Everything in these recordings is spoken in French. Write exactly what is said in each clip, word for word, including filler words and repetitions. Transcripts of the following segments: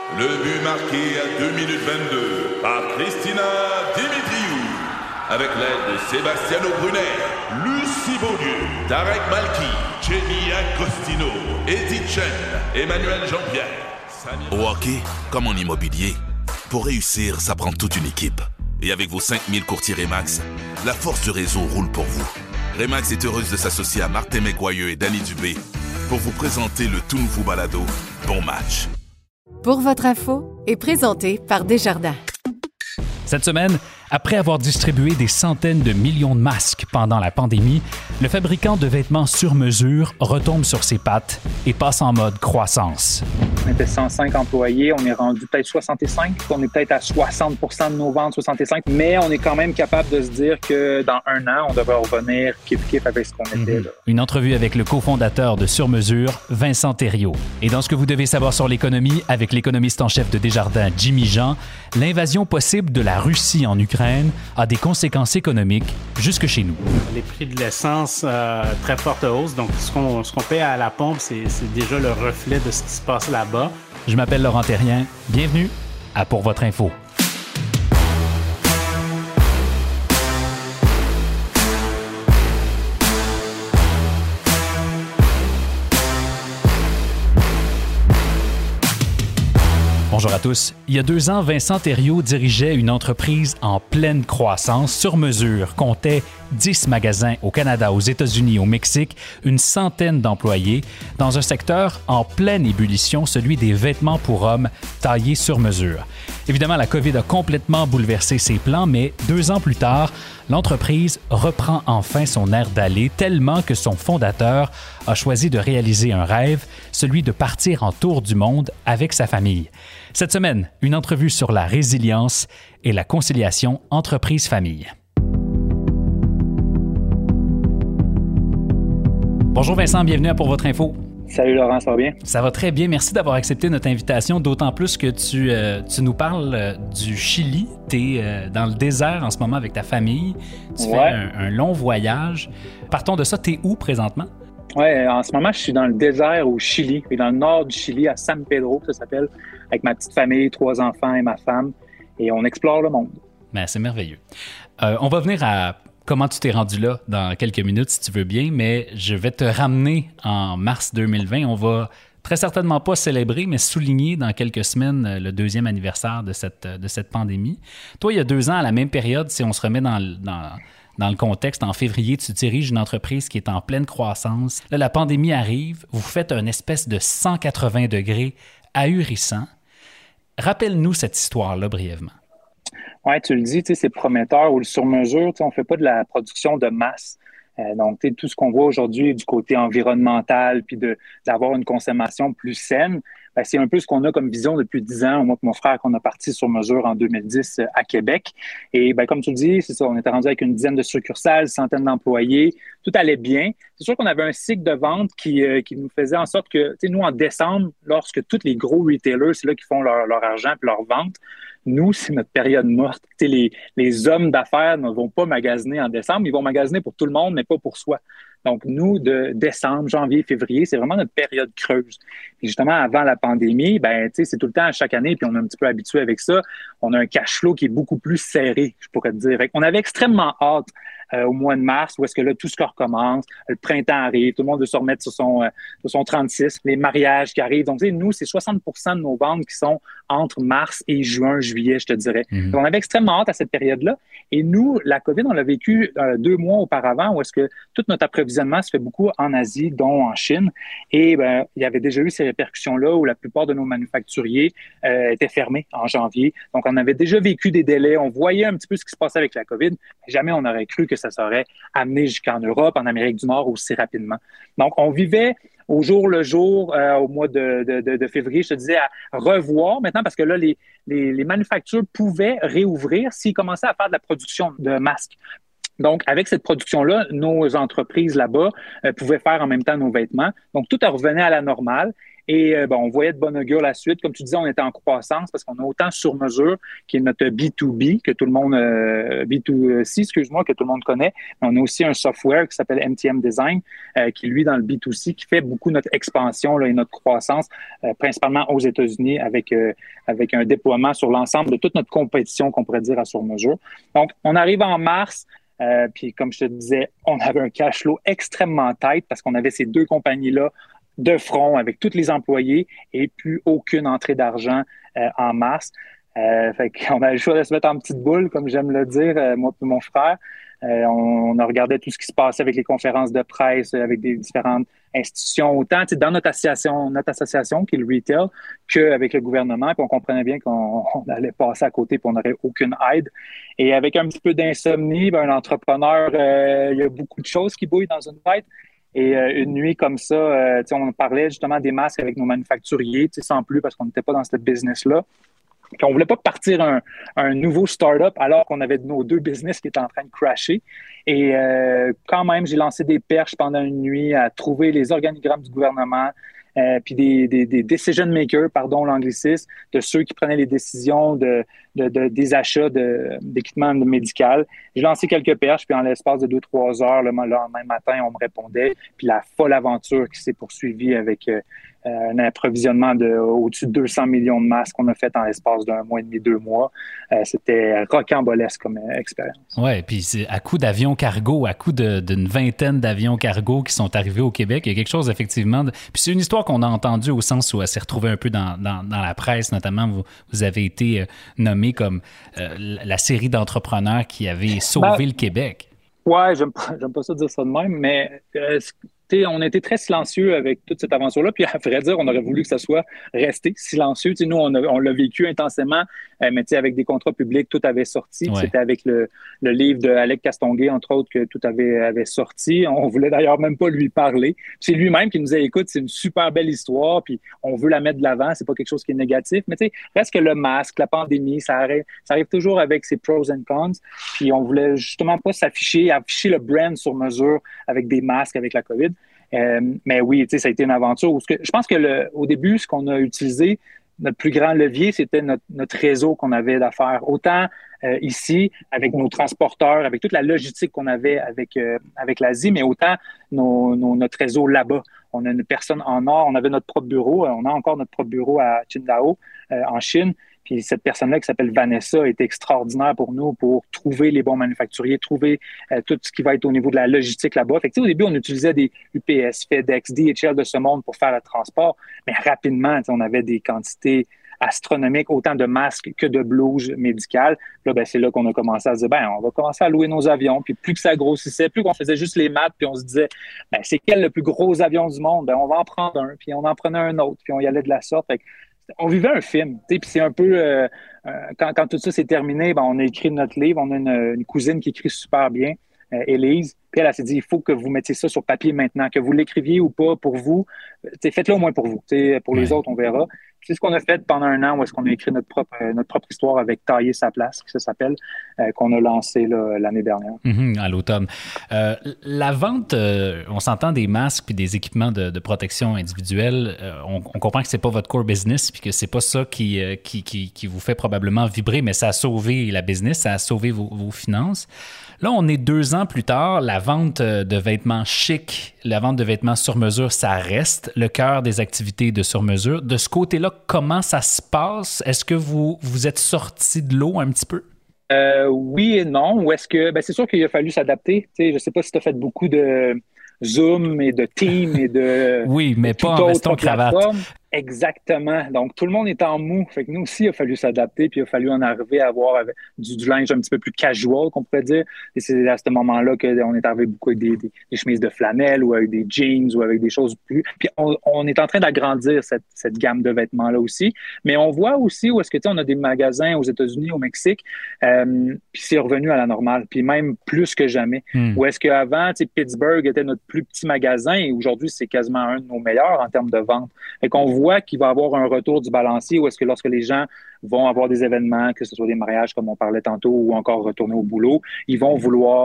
Le but marqué à deux minutes vingt-deux par Christina Dimitriou. Avec l'aide de Sebastiano Brunet, Lucie Beaulieu, Tarek Malki, Jenny Agostino, Eddie Chen, Emmanuel Jean-Pierre. Samir... Au hockey, comme en immobilier, pour réussir, ça prend toute une équipe. Et avec vos cinq mille courtiers Remax, la force du réseau roule pour vous. Remax est heureuse de s'associer à Martin McGuire et Danny Dubé pour vous présenter le tout nouveau balado Bon Match. Pour votre info est présenté par Desjardins. Cette semaine, après avoir distribué des centaines de millions de masques pendant la pandémie, le fabricant de vêtements sur mesure retombe sur ses pattes et passe en mode croissance. On était cent cinq employés, on est rendu peut-être soixante-cinq, on est peut-être à soixante pour cent de nos ventes, soixante-cinq, mais on est quand même capable de se dire que dans un an, on devrait revenir kiff-kiff avec ce qu'on était. Là. Une entrevue avec le cofondateur de Sur Mesure, Vincent Thériault. Et dans ce que vous devez savoir sur l'économie, avec l'économiste en chef de Desjardins, Jimmy Jean, l'invasion possible de la Russie en Ukraine a des conséquences économiques jusque chez nous. Les prix de l'essence, euh, très forte hausse. Donc, ce qu'on, ce qu'on paie à la pompe, c'est, c'est déjà le reflet de ce qui se passe là-bas. Je m'appelle Laurent Terrien. Bienvenue à Pour votre info. Bonjour à tous. Il y a deux ans, Vincent Thériault dirigeait une entreprise en pleine croissance, sur mesure, comptait dix magasins au Canada, aux États-Unis, au Mexique, une centaine d'employés, dans un secteur en pleine ébullition, celui des vêtements pour hommes taillés sur mesure. Évidemment, la COVID a complètement bouleversé ses plans, mais deux ans plus tard, l'entreprise reprend enfin son air d'aller, tellement que son fondateur a choisi de réaliser un rêve, celui de partir en tour du monde avec sa famille. Cette semaine, une entrevue sur la résilience et la conciliation entreprise-famille. Bonjour Vincent, bienvenue à Pour votre info. Salut Laurent, ça va bien? Ça va très bien. Merci d'avoir accepté notre invitation, d'autant plus que tu, euh, tu nous parles euh, du Chili. Tu es euh, dans le désert en ce moment avec ta famille. Tu ouais. fais un, un long voyage. Partons de ça, tu es où présentement? Oui, en ce moment, je suis dans le désert au Chili, et dans le nord du Chili, à San Pedro, ça s'appelle, avec ma petite famille, trois enfants et ma femme, et on explore le monde. Ben, c'est merveilleux. Euh, on va venir à comment tu t'es rendu là dans quelques minutes, si tu veux bien, mais je vais te ramener en mars deux mille vingt. On va très certainement pas célébrer, mais souligner dans quelques semaines le deuxième anniversaire de cette, de cette pandémie. Toi, il y a deux ans, à la même période, si on se remet dans, dans, dans le contexte, en février, tu diriges une entreprise qui est en pleine croissance. Là, la pandémie arrive, vous faites un espèce de cent quatre-vingts degrés ahurissant. Rappelle-nous cette histoire-là brièvement. Oui, tu le dis, c'est prometteur ou le sur-mesure. On ne fait pas de la production de masse. Euh, donc, tout ce qu'on voit aujourd'hui du côté environnemental puis de, d'avoir une consommation plus saine, ben, c'est un peu ce qu'on a comme vision depuis dix ans. Moi et mon frère, qu'on a parti sur mesure en deux mille dix à Québec. Et ben, comme tu le dis, c'est ça, on était rendu avec une dizaine de succursales, centaines d'employés. Tout allait bien. C'est sûr qu'on avait un cycle de vente qui, euh, qui nous faisait en sorte que, nous, en décembre, lorsque tous les gros retailers, c'est là qu'ils font leur, leur argent et leur vente, nous, c'est notre période morte. Les, les hommes d'affaires ne vont pas magasiner en décembre, ils vont magasiner pour tout le monde, mais pas pour soi. Donc, nous, de décembre, janvier, février, c'est vraiment notre période creuse. Et justement, avant la pandémie, ben, tu sais, c'est tout le temps à chaque année, puis on est un petit peu habitué avec ça. On a un cash flow qui est beaucoup plus serré, je pourrais te dire. On avait extrêmement hâte euh, au mois de mars, où est-ce que là, tout ce qu'on recommence, le printemps arrive, tout le monde veut se remettre sur son, euh, sur son trente-six, les mariages qui arrivent. Donc, tu sais, nous, c'est soixante pour cent de nos ventes qui sont entre mars et juin, juillet, je te dirais. Mm-hmm. Donc, on avait extrêmement hâte à cette période-là. Et nous, la COVID, on l'a vécu euh, deux mois auparavant, où est-ce que tout notre approvisionnement se fait beaucoup en Asie, dont en Chine. Et ben, il y avait déjà eu ces répercussions-là où la plupart de nos manufacturiers euh, étaient fermés en janvier. Donc, on avait déjà vécu des délais. On voyait un petit peu ce qui se passait avec la COVID. Jamais on n'aurait cru que ça serait amené jusqu'en Europe, en Amérique du Nord aussi rapidement. Donc, on vivait au jour le jour, euh, au mois de, de, de, de février, je te disais, à revoir maintenant, parce que là, les, les, les manufactures pouvaient réouvrir s'ils commençaient à faire de la production de masques. Donc, avec cette production-là, nos entreprises là-bas euh, pouvaient faire en même temps nos vêtements. Donc, tout revenait à la normale. Et euh, bon, on voyait de bonne augure la suite. Comme tu disais, on était en croissance parce qu'on a autant sur mesure, qui est notre B deux B, que tout le monde, euh, B deux C, excuse-moi, que tout le monde connaît. Mais on a aussi un software qui s'appelle M T M Design, euh, qui, lui, dans le B deux C, qui fait beaucoup notre expansion là, et notre croissance, euh, principalement aux États-Unis, avec, euh, avec un déploiement sur l'ensemble de toute notre compétition, qu'on pourrait dire, à sur mesure. Donc, on arrive en mars. Euh, puis, comme je te disais, on avait un cash flow extrêmement tight parce qu'on avait ces deux compagnies-là de front avec tous les employés et plus aucune entrée d'argent euh, en mars. Euh, fait qu'on a le choix de se mettre en petite boule, comme j'aime le dire, euh, moi et mon frère. Euh, on, on a regardé tout ce qui se passait avec les conférences de presse, avec des différentes institutions, autant dans notre association, notre association qui est le retail, qu'avec le gouvernement. Puis on comprenait bien qu'on on allait passer à côté puis on n'aurait aucune aide. Et avec un petit peu d'insomnie, ben, un entrepreneur, euh, il y a beaucoup de choses qui bouillent dans une tête. Et euh, une nuit comme ça, euh, on parlait justement des masques avec nos manufacturiers, sans plus parce qu'on n'était pas dans ce business-là. Puis on ne voulait pas partir un, un nouveau start-up alors qu'on avait nos deux business qui étaient en train de crasher. Et euh, quand même, j'ai lancé des perches pendant une nuit à trouver les organigrammes du gouvernement, euh, puis des, des, des decision makers, pardon l'anglicisme, de ceux qui prenaient les décisions de, de, de, des achats de, d'équipements médicaux. J'ai lancé quelques perches, puis en l'espace de deux, trois heures, le lendemain matin, on me répondait. Puis la folle aventure qui s'est poursuivie avec euh, un approvisionnement de au-dessus de deux cents millions de masques qu'on a fait en l'espace d'un mois et demi, deux mois. Euh, c'était rocambolesque comme euh, expérience. Oui, puis c'est à coup d'avions cargo, à coup de, d'une vingtaine d'avions cargo qui sont arrivés au Québec. Il y a quelque chose, effectivement. De... Puis c'est une histoire qu'on a entendue au sens où elle s'est retrouvée un peu dans, dans, dans la presse, notamment. Vous, vous avez été euh, nommé comme euh, la série d'entrepreneurs qui avait sauvé ben, le Québec. Oui, j'aime pas, j'aime pas ça dire ça de même, mais... Euh, T'sais, on a été très silencieux avec toute cette aventure-là, puis à vrai dire, on aurait voulu que ça soit resté silencieux. T'sais, nous, on, a, on l'a vécu intensément, euh, mais avec des contrats publics, tout avait sorti. Ouais. C'était avec le, le livre de Alec Castonguay, entre autres, que tout avait, avait sorti. On voulait d'ailleurs même pas lui parler. Puis c'est lui-même qui nous a dit, écoute, c'est une super belle histoire, puis on veut la mettre de l'avant, c'est pas quelque chose qui est négatif. Mais tu sais, reste que le masque, la pandémie, ça arrive, ça arrive toujours avec ses pros and cons. Puis on voulait justement pas s'afficher, afficher le brand sur mesure avec des masques, avec la COVID. Euh, mais oui, tu sais, ça a été une aventure. Où ce que, je pense que le, au début, ce qu'on a utilisé, notre plus grand levier, c'était notre, notre réseau qu'on avait d'affaires. Autant euh, ici, avec nos transporteurs, avec toute la logistique qu'on avait avec, euh, avec l'Asie, mais autant nos, nos, notre réseau là-bas. On a une personne en Nord, on avait notre propre bureau, on a encore notre propre bureau à Qingdao, euh, en Chine. Puis cette personne-là qui s'appelle Vanessa a été extraordinaire pour nous pour trouver les bons manufacturiers, trouver euh, tout ce qui va être au niveau de la logistique là-bas. Fait que, au début, on utilisait des U P S, FedEx, D H L de ce monde pour faire le transport, mais rapidement, on avait des quantités astronomiques, autant de masques que de blouses médicales. Là, ben, c'est là qu'on a commencé à se dire, ben, on va commencer à louer nos avions. Puis plus que ça grossissait, plus qu'on faisait juste les maths, puis on se disait, ben, c'est quel le plus gros avion du monde? Ben, on va en prendre un, puis on en prenait un autre, puis on y allait de la sorte. Fait que, on vivait un film, tu sais, puis c'est un peu euh, euh, quand, quand tout ça s'est terminé, ben on a écrit notre livre, on a une, une cousine qui écrit super bien, euh, Élise, puis elle, elle s'est dit il faut que vous mettiez ça sur papier maintenant, que vous l'écriviez ou pas pour vous, tu sais, faites-le au moins pour vous, tu sais, pour les ouais. autres on verra. C'est ce qu'on a fait pendant un an où est-ce qu'on a écrit notre propre euh, notre propre histoire avec Tailler sa place, que ça s'appelle, euh, qu'on a lancé là, l'année dernière. Mm-hmm, à l'automne. Euh, la vente, euh, on s'entend des masques puis des équipements de, de protection individuelle. Euh, on, on comprend que c'est pas votre core business puis que c'est pas ça qui, euh, qui, qui, qui vous fait probablement vibrer, mais ça a sauvé la business, ça a sauvé vos, vos finances. Là, on est deux ans plus tard, la vente de vêtements chic, la vente de vêtements sur mesure, ça reste le cœur des activités de sur mesure. De ce côté-là, comment ça se passe? Est-ce que vous, vous êtes sorti de l'eau un petit peu? Euh, oui et non. Ou est-ce que, ben c'est sûr qu'il a fallu s'adapter. Tu sais, je ne sais pas si tu as fait beaucoup de Zoom et de Teams et de. Oui, mais pas en veston cravate. Exactement. Donc, tout le monde est en mou. Fait que nous aussi, il a fallu s'adapter, puis il a fallu en arriver à avoir du, du linge un petit peu plus casual, qu'on pourrait dire. Et c'est à ce moment-là qu'on est arrivé beaucoup avec des, des, des chemises de flanelle ou avec des jeans ou avec des choses plus... Puis on, on est en train d'agrandir cette, cette gamme de vêtements-là aussi. Mais on voit aussi où est-ce que, tu sais, on a des magasins aux États-Unis, au Mexique, euh, puis c'est revenu à la normale, puis même plus que jamais. Mm. Où est-ce qu'avant, tu sais, Pittsburgh était notre plus petit magasin et aujourd'hui, c'est quasiment un de nos meilleurs en termes de vente. Fait qu'on voit qu'il va y avoir un retour du balancier où est-ce que lorsque les gens vont avoir des événements, que ce soit des mariages comme on parlait tantôt ou encore retourner au boulot, ils vont vouloir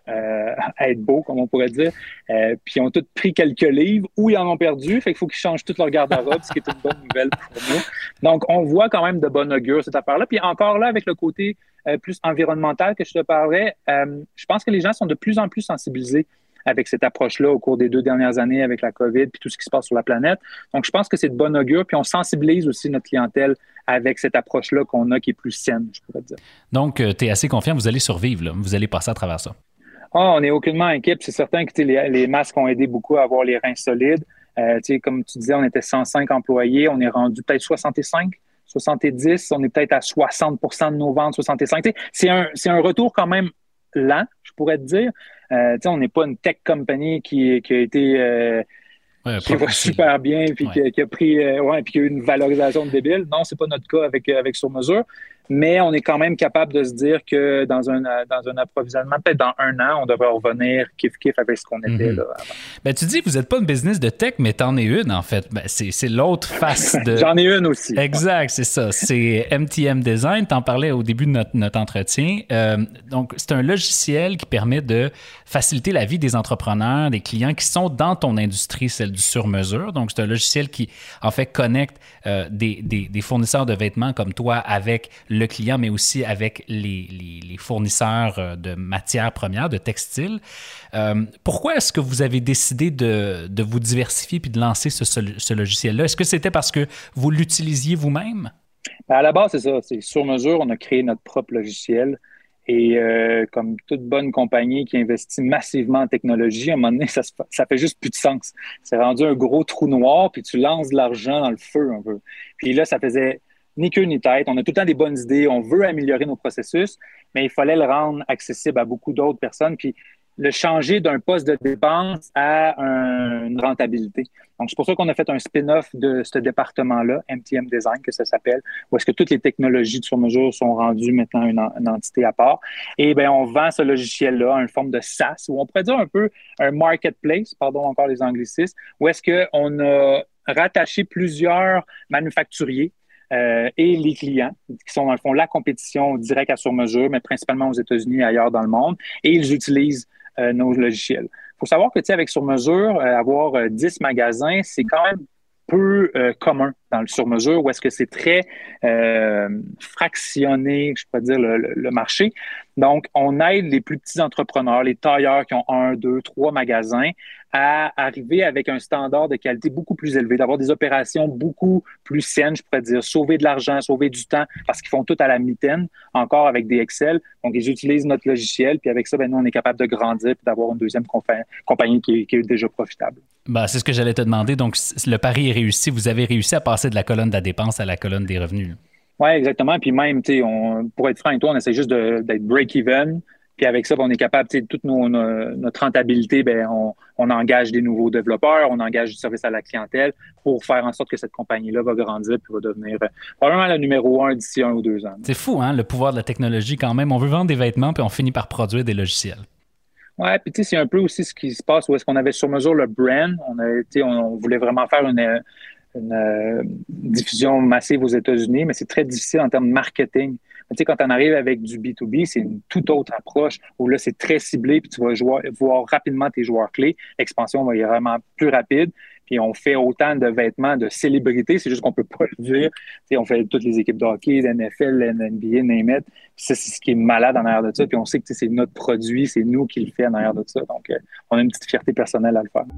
euh, à être beaux, comme on pourrait dire. Euh, puis ils ont tous pris quelques livres ou ils en ont perdu. Fait qu'il faut qu'ils changent toute leur garde-robe, ce qui est une bonne nouvelle pour nous. Donc, on voit quand même de bon augure cette affaire-là. Puis encore là, avec le côté euh, plus environnemental que je te parlais, euh, je pense que les gens sont de plus en plus sensibilisés avec cette approche-là au cours des deux dernières années avec la COVID puis tout ce qui se passe sur la planète. Donc, je pense que c'est de bon augure. Puis on sensibilise aussi notre clientèle avec cette approche-là qu'on a qui est plus saine, je pourrais dire. Donc, euh, tu es assez confiant, vous allez survivre, là. Vous allez passer à travers ça. Ah, on n'est aucunement inquiet. C'est certain que les, les masques ont aidé beaucoup à avoir les reins solides. Euh, comme tu disais, on était cent cinq employés. On est rendu peut-être soixante-cinq, soixante-dix. On est peut-être à soixante pour cent de nos ventes, soixante-cinq. T'sais, c'est un, c'est un retour quand même lent, je pourrais te dire. Euh, on n'est pas une tech company qui, qui a été... Euh, ouais, qui va super bien puis ouais. qui, qui a pris euh, ouais, puis qui a eu une valorisation de débile. Non, c'est pas notre cas avec, avec Sur Mesure. Mais on est quand même capable de se dire que dans un, dans un approvisionnement, peut-être dans un an, on devrait revenir kiff-kiff avec ce qu'on était mm-hmm. là avant. Ben, tu dis que vous n'êtes pas une business de tech, mais t'en es une, en fait. Ben, c'est, c'est l'autre face de... J'en ai une aussi. Exact, c'est ça. C'est M T M Design. T'en parlais au début de notre, notre entretien. Euh, donc, c'est un logiciel qui permet de faciliter la vie des entrepreneurs, des clients qui sont dans ton industrie, celle du sur-mesure. Donc, c'est un logiciel qui, en fait, connecte euh, des, des, des fournisseurs de vêtements comme toi avec le client, mais aussi avec les, les, les fournisseurs de matières premières, de textiles. Euh, pourquoi est-ce que vous avez décidé de, de vous diversifier puis de lancer ce, ce logiciel-là? Est-ce que c'était parce que vous l'utilisiez vous-même? Ben à la base, c'est ça. C'est sur mesure, on a créé notre propre logiciel. Et euh, comme toute bonne compagnie qui investit massivement en technologie, à un moment donné, ça, ça fait juste plus de sens. C'est rendu un gros trou noir, puis tu lances de l'argent dans le feu un peu. Puis là, ça faisait ni queue ni tête. On a tout le temps des bonnes idées. On veut améliorer nos processus, mais il fallait le rendre accessible à beaucoup d'autres personnes. Puis le changer d'un poste de dépense à un, une rentabilité. Donc, c'est pour ça qu'on a fait un spin-off de ce département-là, M T M Design, que ça s'appelle, où est-ce que toutes les technologies de sur-mesure sont rendues maintenant une, une entité à part. Et bien, on vend ce logiciel-là en une forme de SaaS, ou on pourrait dire un peu un marketplace, pardon encore les anglicismes, où est-ce qu'on a rattaché plusieurs manufacturiers Euh, et les clients, qui sont dans le fond la compétition directe à sur-mesure, mais principalement aux États-Unis et ailleurs dans le monde, et ils utilisent euh, nos logiciels. Il faut savoir que, tu sais, avec sur-mesure, euh, avoir euh, dix magasins, c'est quand même peu euh, commun dans le sur-mesure, où est-ce que c'est très euh, fractionné, je pourrais dire, le, le, le marché. Donc, on aide les plus petits entrepreneurs, les tailleurs qui ont un, deux, trois magasins, à arriver avec un standard de qualité beaucoup plus élevé, d'avoir des opérations beaucoup plus saines, je pourrais dire, sauver de l'argent, sauver du temps, parce qu'ils font tout à la mitaine, encore avec des Excel. Donc, ils utilisent notre logiciel, puis avec ça, ben, nous, on est capable de grandir et d'avoir une deuxième compa- compagnie qui est, qui est déjà profitable. Ben, c'est ce que j'allais te demander. Donc, le pari est réussi. Vous avez réussi à passer de la colonne de la dépense à la colonne des revenus. Oui, exactement. Puis même, tu sais, pour être franc avec toi, on essaie juste de, d'être break-even. Puis avec ça, on est capable, tu sais, toute nos, nos, notre rentabilité, ben, on, on engage des nouveaux développeurs, on engage du service à la clientèle pour faire en sorte que cette compagnie-là va grandir puis va devenir euh, probablement le numéro un d'ici un ou deux ans. C'est fou, hein, le pouvoir de la technologie quand même. On veut vendre des vêtements puis on finit par produire des logiciels. Oui, puis tu sais, c'est un peu aussi ce qui se passe où est-ce qu'on avait sur mesure le brand. On, a, tu sais, on, on voulait vraiment faire une, une euh, diffusion massive aux États-Unis, mais c'est très difficile en termes de marketing. Tu sais, quand on arrive avec du B deux B, c'est une toute autre approche où là, c'est très ciblé puis tu vas jouer, voir rapidement tes joueurs clés. L'expansion va être vraiment plus rapide. Puis on fait autant de vêtements de célébrités, c'est juste qu'on peut pas le dire. Tu sais, on fait toutes les équipes de hockey, de N F L, N B A, name it. C'est ce qui est malade en arrière de ça. Puis on sait que c'est notre produit, c'est nous qui le fait en arrière de ça. Donc, euh, on a une petite fierté personnelle à le faire.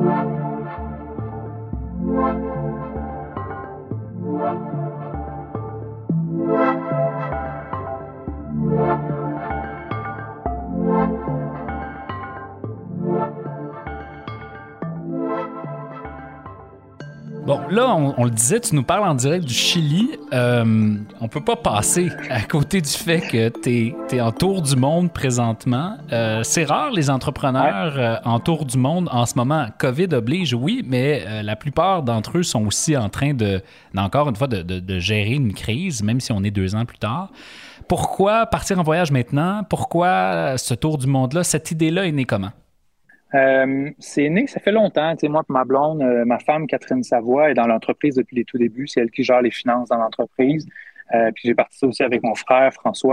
Bon, là, on, on le disait, tu nous parles en direct du Chili. Euh, on peut pas passer à côté du fait que tu es en tour du monde présentement. Euh, c'est rare, les entrepreneurs euh, en tour du monde en ce moment. COVID oblige, oui, mais euh, la plupart d'entre eux sont aussi en train de, encore une fois, de, de, de gérer une crise, même si on est deux ans plus tard. Pourquoi partir en voyage maintenant? Pourquoi ce tour du monde-là? Cette idée-là est née comment? Euh, c'est né, ça fait longtemps. Tu sais, moi et ma blonde, euh, ma femme, Catherine Savoie, est dans l'entreprise depuis les tout débuts. C'est elle qui gère les finances dans l'entreprise. Euh, puis j'ai participé aussi avec mon frère, François.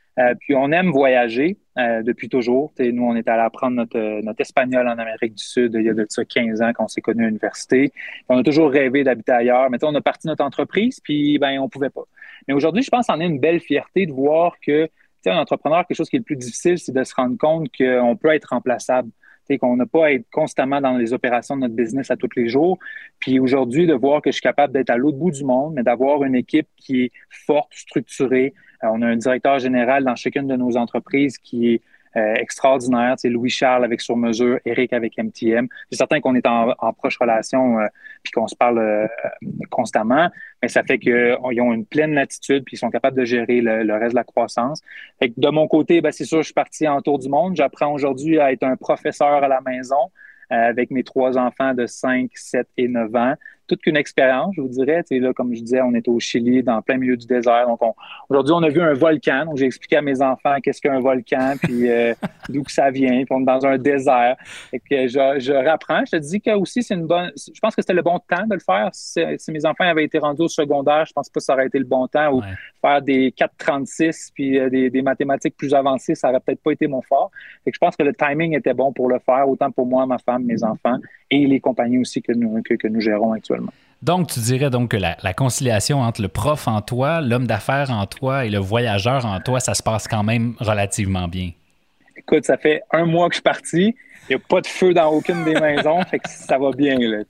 Euh, puis on aime voyager euh, depuis toujours. T'sais, nous, on est allé apprendre notre, notre espagnol en Amérique du Sud il y a de ça quinze ans qu'on s'est connus à l'université. Puis on a toujours rêvé d'habiter ailleurs. Mais on a parti notre entreprise, puis ben on pouvait pas. Mais aujourd'hui, je pense qu'on a une belle fierté de voir que un entrepreneur, quelque chose qui est le plus difficile, c'est de se rendre compte qu'on peut être remplaçable. Qu'on n'a pas à être constamment dans les opérations de notre business à tous les jours. Puis aujourd'hui, de voir que je suis capable d'être à l'autre bout du monde, mais d'avoir une équipe qui est forte, structurée. Euh, on a un directeur général dans chacune de nos entreprises qui est euh, extraordinaire. C'est Louis-Charles avec Sur Mesure, Eric avec M T M. C'est certain qu'on est en, en proche relation euh, puis qu'on se parle euh, constamment, mais ça fait qu'ils ont une pleine latitude puis ils sont capables de gérer le, le reste de la croissance. Fait que de mon côté, ben, c'est sûr, je suis parti en tour du monde. J'apprends aujourd'hui à être un professeur à la maison euh, avec mes trois enfants de cinq, sept et neuf ans. Toute qu'une expérience, je vous dirais. Tu sais, là, comme je disais, on était au Chili, dans plein milieu du désert. Donc, on, aujourd'hui, on a vu un volcan. Donc, j'ai expliqué à mes enfants qu'est-ce qu'un volcan, puis euh, d'où que ça vient. Puis, on est dans un désert. Et que je, je rapprends. Je te dis que aussi, c'est une bonne. Je pense que c'était le bon temps de le faire. Si, si mes enfants avaient été rendus au secondaire, je pense pas que ça aurait été le bon temps. Ou ouais. Faire des quatre trente-six puis euh, des, des mathématiques plus avancées, ça aurait peut-être pas été mon fort. Fait que je pense que le timing était bon pour le faire, autant pour moi, ma femme, mes enfants et les compagnies aussi que nous, que, que nous gérons actuellement. Donc, tu dirais donc que la, la conciliation entre le prof en toi, l'homme d'affaires en toi et le voyageur en toi, ça se passe quand même relativement bien. Écoute, ça fait un mois que je suis parti. Il n'y a pas de feu dans aucune des maisons, fait que ça va bien. Là,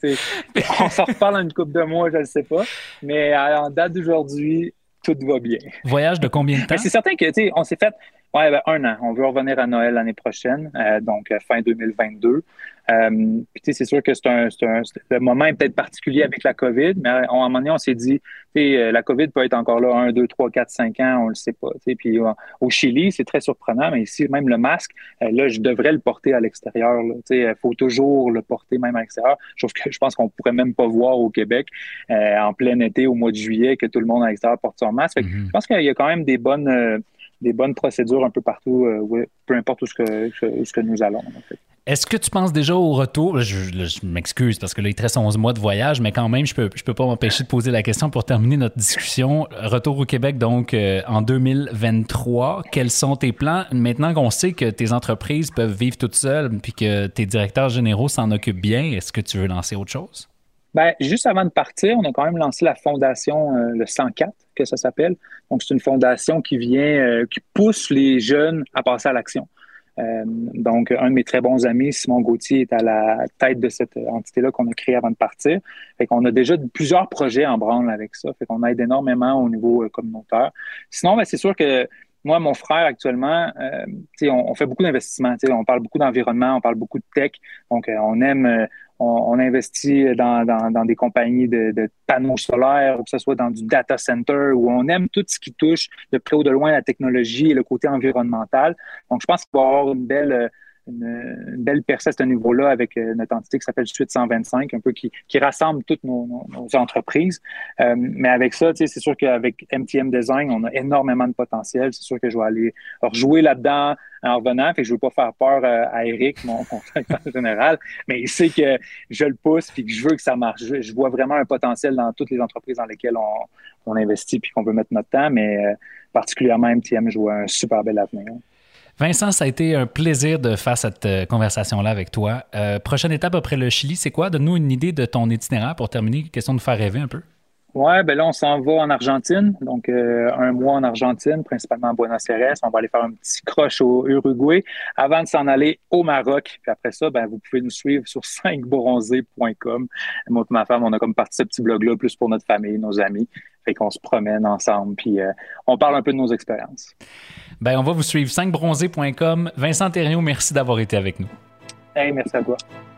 on s'en reparle dans une couple de mois, je ne sais pas. Mais en date d'aujourd'hui, tout va bien. Voyage de combien de temps? Mais c'est certain que, tu sais, on s'est fait ouais, ben, un an. On veut revenir à Noël l'année prochaine, euh, donc fin deux mille vingt-deux. Euh, puis, tu sais, c'est sûr que c'est un, c'est un, c'est, le moment est peut-être particulier avec la COVID, mais à un moment donné, on s'est dit, tu sais, la COVID peut être encore là un, deux, trois, quatre, cinq ans, on le sait pas. Tu sais, puis au Chili, c'est très surprenant, mais ici, même le masque, euh, là, je devrais le porter à l'extérieur. Tu sais, il faut toujours le porter même à l'extérieur. Sauf que je pense qu'on pourrait même pas voir au Québec euh, en plein été, au mois de juillet, que tout le monde à l'extérieur porte son masque. Fait que mm-hmm. Je pense qu'il y a quand même des bonnes, euh, des bonnes procédures un peu partout, euh, ouais, peu importe où ce que, où ce que nous allons. En fait. Est-ce que tu penses déjà au retour? Je, je, je m'excuse parce que là, il te reste onze mois de voyage, mais quand même, je peux, je peux pas m'empêcher de poser la question pour terminer notre discussion. Retour au Québec, donc, euh, en deux mille vingt-trois. Quels sont tes plans? Maintenant qu'on sait que tes entreprises peuvent vivre toutes seules puis que tes directeurs généraux s'en occupent bien, est-ce que tu veux lancer autre chose? Bien, juste avant de partir, on a quand même lancé la fondation euh, le cent quatre, que ça s'appelle. Donc, c'est une fondation qui vient, euh, qui pousse les jeunes à passer à l'action. Euh, donc, un de mes très bons amis, Simon Gauthier, est à la tête de cette entité-là qu'on a créée avant de partir. Fait qu'on a déjà plusieurs projets en branle avec ça. Fait qu'on aide énormément au niveau euh, communautaire. Sinon, ben, c'est sûr que moi, mon frère, actuellement, euh, on, on fait beaucoup d'investissements. On parle beaucoup d'environnement, on parle beaucoup de tech. Donc, euh, on aime... Euh, On, on investit dans, dans, dans des compagnies de, de panneaux solaires, que ce soit dans du data center, où on aime tout ce qui touche de près ou de loin la technologie et le côté environnemental. Donc, je pense qu'il va y avoir une belle, une, une belle percée à ce niveau-là avec notre entité qui s'appelle Suite cent vingt-cinq, un peu qui, qui rassemble toutes nos, nos, nos entreprises. Euh, mais avec ça, tu sais, c'est sûr qu'avec M T M Design, on a énormément de potentiel. C'est sûr que je vais aller rejouer là-dedans en revenant. Fait que je veux pas faire peur à Eric, mon directeur général, mais il sait que je le pousse et que je veux que ça marche. Je, je vois vraiment un potentiel dans toutes les entreprises dans lesquelles on, on investit puis qu'on veut mettre notre temps, mais euh, particulièrement M T M, je vois un super bel avenir. Vincent, ça a été un plaisir de faire cette euh, conversation-là avec toi. Euh, prochaine étape après le Chili, c'est quoi? Donne-nous une idée de ton itinéraire pour terminer. Question de faire rêver un peu. Ouais, ben là, on s'en va en Argentine. Donc, euh, un mois en Argentine, principalement à Buenos Aires. On va aller faire un petit croche au Uruguay avant de s'en aller au Maroc. Puis après ça, ben, vous pouvez nous suivre sur cinq bronzés point com. Moi et ma femme, on a comme parti ce petit blog-là plus pour notre famille, nos amis. Fait qu'on se promène ensemble. Puis euh, on parle un peu de nos expériences. Ben, on va vous suivre cinq bronzés point com. Vincent Thériault, merci d'avoir été avec nous. Hey, merci à toi.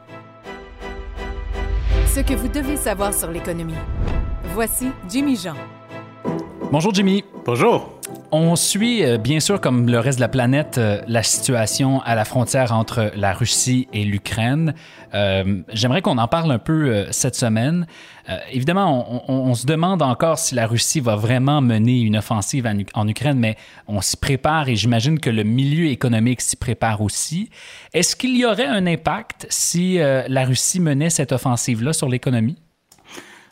Ce que vous devez savoir sur l'économie. Voici Jimmy Jean. Bonjour Jimmy. Bonjour. On suit, euh, bien sûr, comme le reste de la planète, euh, la situation à la frontière entre la Russie et l'Ukraine. Euh, j'aimerais qu'on en parle un peu euh, cette semaine. Euh, évidemment, on, on, on se demande encore si la Russie va vraiment mener une offensive en, en Ukraine, mais on s'y prépare et j'imagine que le milieu économique s'y prépare aussi. Est-ce qu'il y aurait un impact si euh, la Russie menait cette offensive-là sur l'économie?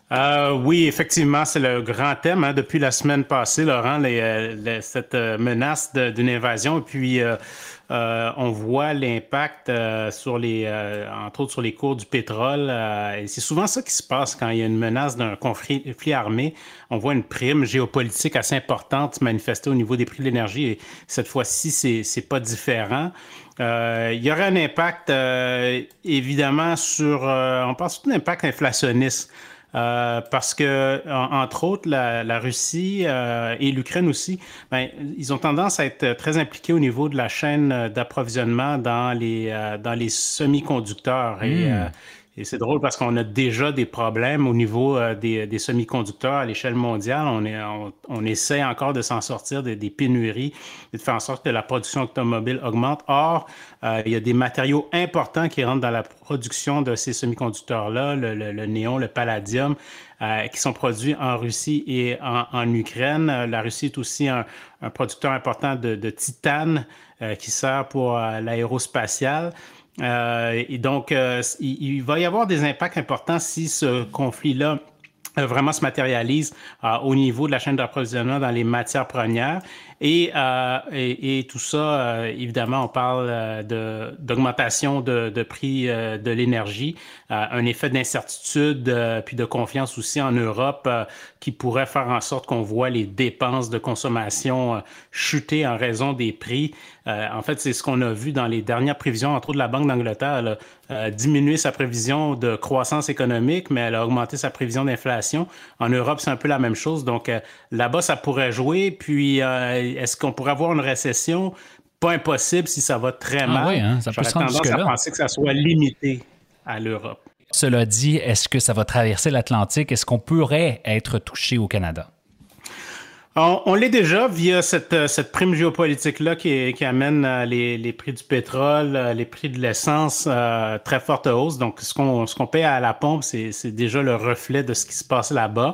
Euh, oui, effectivement, c'est le grand thème hein, depuis la semaine passée, Laurent, les, les, cette menace de, d'une invasion. Et puis, euh, euh, on voit l'impact euh, sur les, euh, entre autres sur les cours du pétrole. Euh, et c'est souvent ça qui se passe quand il y a une menace d'un conflit, conflit armé. On voit une prime géopolitique assez importante se manifester au niveau des prix de l'énergie. Et cette fois-ci, c'est, c'est pas différent. Euh, il y aurait un impact, euh, évidemment, sur... Euh, on parle surtout d'impact inflationniste. Euh, parce que, en, entre autres, la, la Russie euh, et l'Ukraine aussi, ben, ils ont tendance à être très impliqués au niveau de la chaîne d'approvisionnement dans les, euh, dans les semi-conducteurs. Et, mmh. euh, et c'est drôle parce qu'on a déjà des problèmes au niveau euh, des, des semi-conducteurs à l'échelle mondiale. On, est, on, on essaie encore de s'en sortir des, des pénuries et de faire en sorte que la production automobile augmente. Or, euh, il y a des matériaux importants qui rentrent dans la production de ces semi-conducteurs-là, le, le, le néon, le palladium, euh, qui sont produits en Russie et en, en Ukraine. La Russie est aussi un, un producteur important de, de titane euh, qui sert pour euh, l'aérospatiale. Euh, et donc, euh, il, il va y avoir des impacts importants si ce conflit-là euh, vraiment se matérialise euh, au niveau de la chaîne d'approvisionnement dans les matières premières. Et, euh, et, et tout ça, euh, évidemment, on parle euh, de, d'augmentation de, de prix euh, de l'énergie, euh, un effet d'incertitude euh, puis de confiance aussi en Europe euh, qui pourrait faire en sorte qu'on voit les dépenses de consommation euh, chuter en raison des prix. Euh, en fait, c'est ce qu'on a vu dans les dernières prévisions, entre autres de la Banque d'Angleterre. Elle a euh, diminué sa prévision de croissance économique, mais elle a augmenté sa prévision d'inflation. En Europe, c'est un peu la même chose. Donc, euh, là-bas, ça pourrait jouer. Puis, euh, est-ce qu'on pourrait avoir une récession? Pas impossible si ça va très mal. Ah oui, hein? Ça peut se rendre jusque-là. J'aurais tendance à penser que ça soit limité à l'Europe. Cela dit, est-ce que ça va traverser l'Atlantique? Est-ce qu'on pourrait être touché au Canada? On, on l'est déjà via cette, cette prime géopolitique-là qui, qui amène les, les prix du pétrole, les prix de l'essence, euh, très forte hausse. Donc, ce qu'on, ce qu'on paie à la pompe, c'est, c'est déjà le reflet de ce qui se passe là-bas.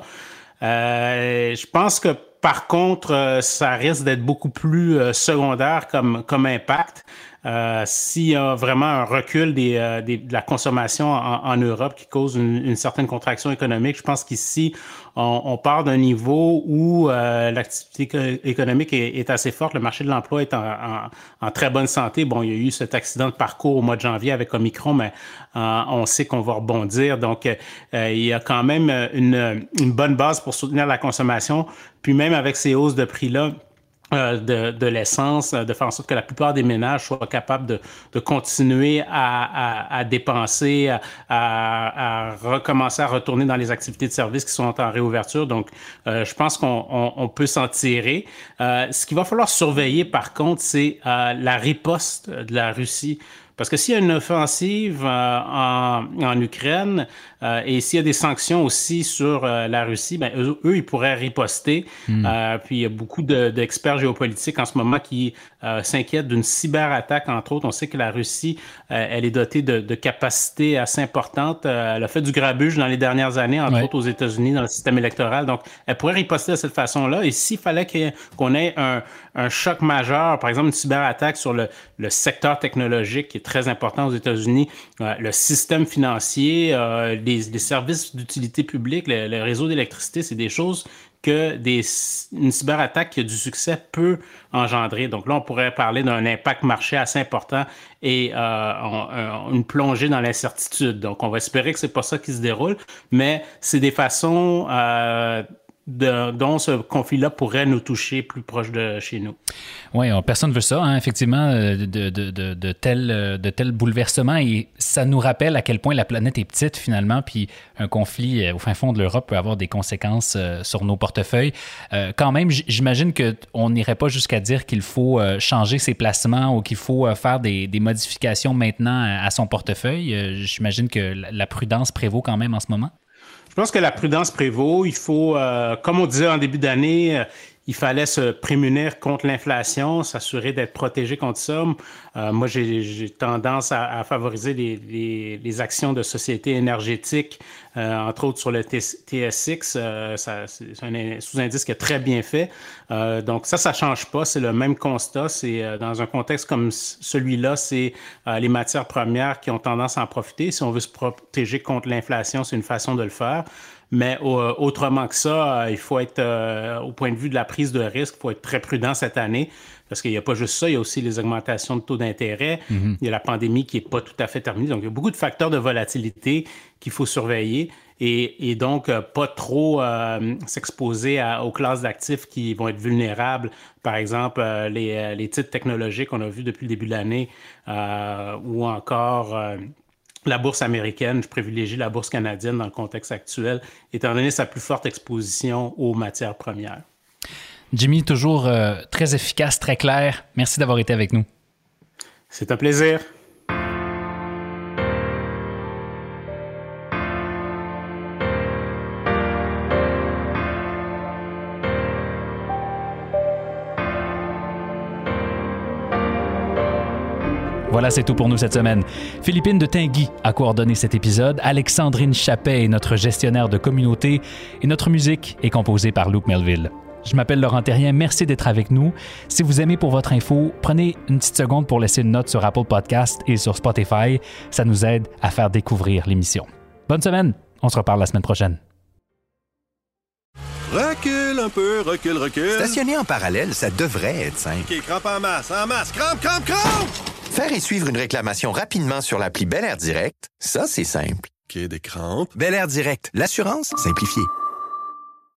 Euh, je pense que, par contre, euh, ça risque d'être beaucoup plus euh, secondaire comme, comme impact. Euh, s'il y a vraiment un recul des, euh, des, de la consommation en, en Europe qui cause une, une certaine contraction économique, je pense qu'ici, on, on part d'un niveau où euh, l'activité économique est, est assez forte. Le marché de l'emploi est en, en, en très bonne santé. Bon, il y a eu cet accident de parcours au mois de janvier avec Omicron, mais euh, on sait qu'on va rebondir. Donc, euh, il y a quand même une, une bonne base pour soutenir la consommation. Puis même avec ces hausses de prix-là, Euh, de, de l'essence, de faire en sorte que la plupart des ménages soient capables de, de continuer à, à, à dépenser, à, à, à recommencer à retourner dans les activités de service qui sont en réouverture. Donc, euh, je pense qu'on on, on peut s'en tirer. Euh, ce qu'il va falloir surveiller, par contre, c'est euh, la riposte de la Russie. Parce que s'il y a une offensive euh, en, en Ukraine euh, et s'il y a des sanctions aussi sur euh, la Russie, ben eux, eux, ils pourraient riposter. Mm. Euh, puis il y a beaucoup de, d'experts géopolitiques en ce moment qui euh, s'inquiètent d'une cyberattaque, entre autres. On sait que la Russie, euh, elle est dotée de, de capacités assez importantes. Euh, elle a fait du grabuge dans les dernières années, entre ouais. autres aux États-Unis, dans le système électoral. Donc, elle pourrait riposter de cette façon-là. Et s'il fallait qu'il y ait, qu'on ait un, un choc majeur, par exemple une cyberattaque sur le, le secteur technologique qui est très important aux États-Unis, euh, le système financier, euh, les, les services d'utilité publique, le, le réseau d'électricité, c'est des choses que des, une cyberattaque qui a du succès peut engendrer. Donc là, on pourrait parler d'un impact marché assez important et euh, on, une plongée dans l'incertitude. Donc, on va espérer que c'est pas ça qui se déroule, mais c'est des façons euh, de, dont ce conflit-là pourrait nous toucher plus proche de chez nous. Oui, personne ne veut ça, hein, effectivement, de, de, de, de tels de tel bouleversements. Et ça nous rappelle à quel point la planète est petite, finalement, puis un conflit au fin fond de l'Europe peut avoir des conséquences euh, sur nos portefeuilles. Euh, quand même, j'imagine qu'on n'irait pas jusqu'à dire qu'il faut euh, changer ses placements ou qu'il faut euh, faire des, des modifications maintenant à, à son portefeuille. Euh, j'imagine que la, la prudence prévaut quand même en ce moment. Je pense que la prudence prévaut. Il faut, euh, comme on disait en début d'année, euh, il fallait se prémunir contre l'inflation, s'assurer d'être protégé contre ça. Euh, moi, j'ai, j'ai tendance à, à favoriser les, les, les actions de sociétés énergétiques, euh, entre autres sur le T S X. Euh, ça, c'est un sous-indice qui est très bien fait. Euh, donc ça, ça change pas. C'est le même constat. C'est euh, dans un contexte comme celui-là, c'est euh, les matières premières qui ont tendance à en profiter. Si on veut se protéger contre l'inflation, c'est une façon de le faire. Mais euh, autrement que ça, euh, il faut être, euh, au point de vue de la prise de risque, il faut être très prudent cette année parce qu'il n'y a pas juste ça, il y a aussi les augmentations de taux d'intérêt, mm-hmm. il y a la pandémie qui n'est pas tout à fait terminée. Donc, il y a beaucoup de facteurs de volatilité qu'il faut surveiller et, et donc euh, pas trop euh, s'exposer à, aux classes d'actifs qui vont être vulnérables. Par exemple, euh, les, les titres technologiques qu'on a vus depuis le début de l'année euh, ou encore... Euh, la bourse américaine, je privilégie la bourse canadienne dans le contexte actuel, étant donné sa plus forte exposition aux matières premières. Jimmy, toujours euh, très efficace, très clair. Merci d'avoir été avec nous. C'est un plaisir. Voilà, c'est tout pour nous cette semaine. Philippine de Tinguy a coordonné cet épisode. Alexandrine Chappet est notre gestionnaire de communauté et notre musique est composée par Luke Melville. Je m'appelle Laurent Terrien, merci d'être avec nous. Si vous aimez Pour votre info, prenez une petite seconde pour laisser une note sur Apple Podcast et sur Spotify. Ça nous aide à faire découvrir l'émission. Bonne semaine, on se reparle la semaine prochaine. Recule un peu, recule, recule. Stationner en parallèle, ça devrait être simple. OK, crampe en masse, en masse, crampe, crampe, crampe! Faire et suivre une réclamation rapidement sur l'appli Bel Air Direct, ça, c'est simple. OK, des crampes. Bel Air Direct, l'assurance simplifiée.